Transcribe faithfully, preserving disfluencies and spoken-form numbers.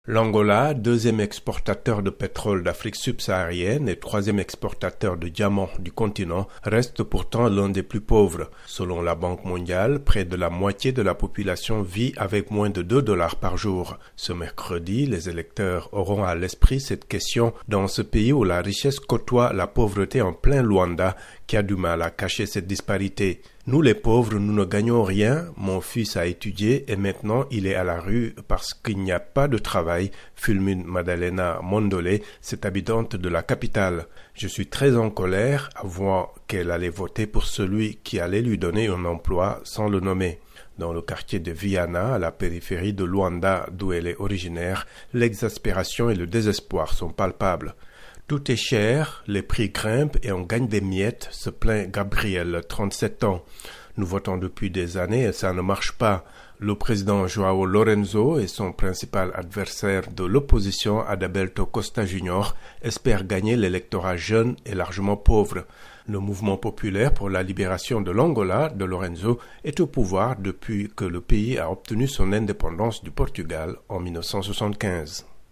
L'Angola, deuxième exportateur de pétrole d'Afrique subsaharienne et troisième exportateur de diamants du continent, reste pourtant l'un des plus pauvres. Selon la Banque mondiale, près de la moitié de la population vit avec moins de deux dollars par jour. Ce mercredi, les électeurs auront à l'esprit cette question dans ce pays où la richesse côtoie la pauvreté en plein Luanda, qui a du mal à cacher cette disparité. Nous les pauvres, nous ne gagnons rien, mon fils a étudié et maintenant il est à la rue parce qu'il n'y a pas de travail, fulmine Madalena Mondole, cette habitante de la capitale. Je suis très en colère, avouant qu'elle allait voter pour celui qui allait lui donner un emploi sans le nommer. Dans le quartier de Viana, à la périphérie de Luanda, d'où elle est originaire, l'exaspération et le désespoir sont palpables. Tout est cher, les prix grimpent et on gagne des miettes, se plaint Gabriel, trente-sept ans. Nous votons depuis des années et ça ne marche pas. Le président João Lorenzo et son principal adversaire de l'opposition, Adalberto Costa Junior, espèrent gagner l'électorat jeune et largement pauvre. Le mouvement populaire pour la libération de l'Angola de Lorenzo est au pouvoir depuis que le pays a obtenu son indépendance du Portugal en mille neuf cent soixante-quinze.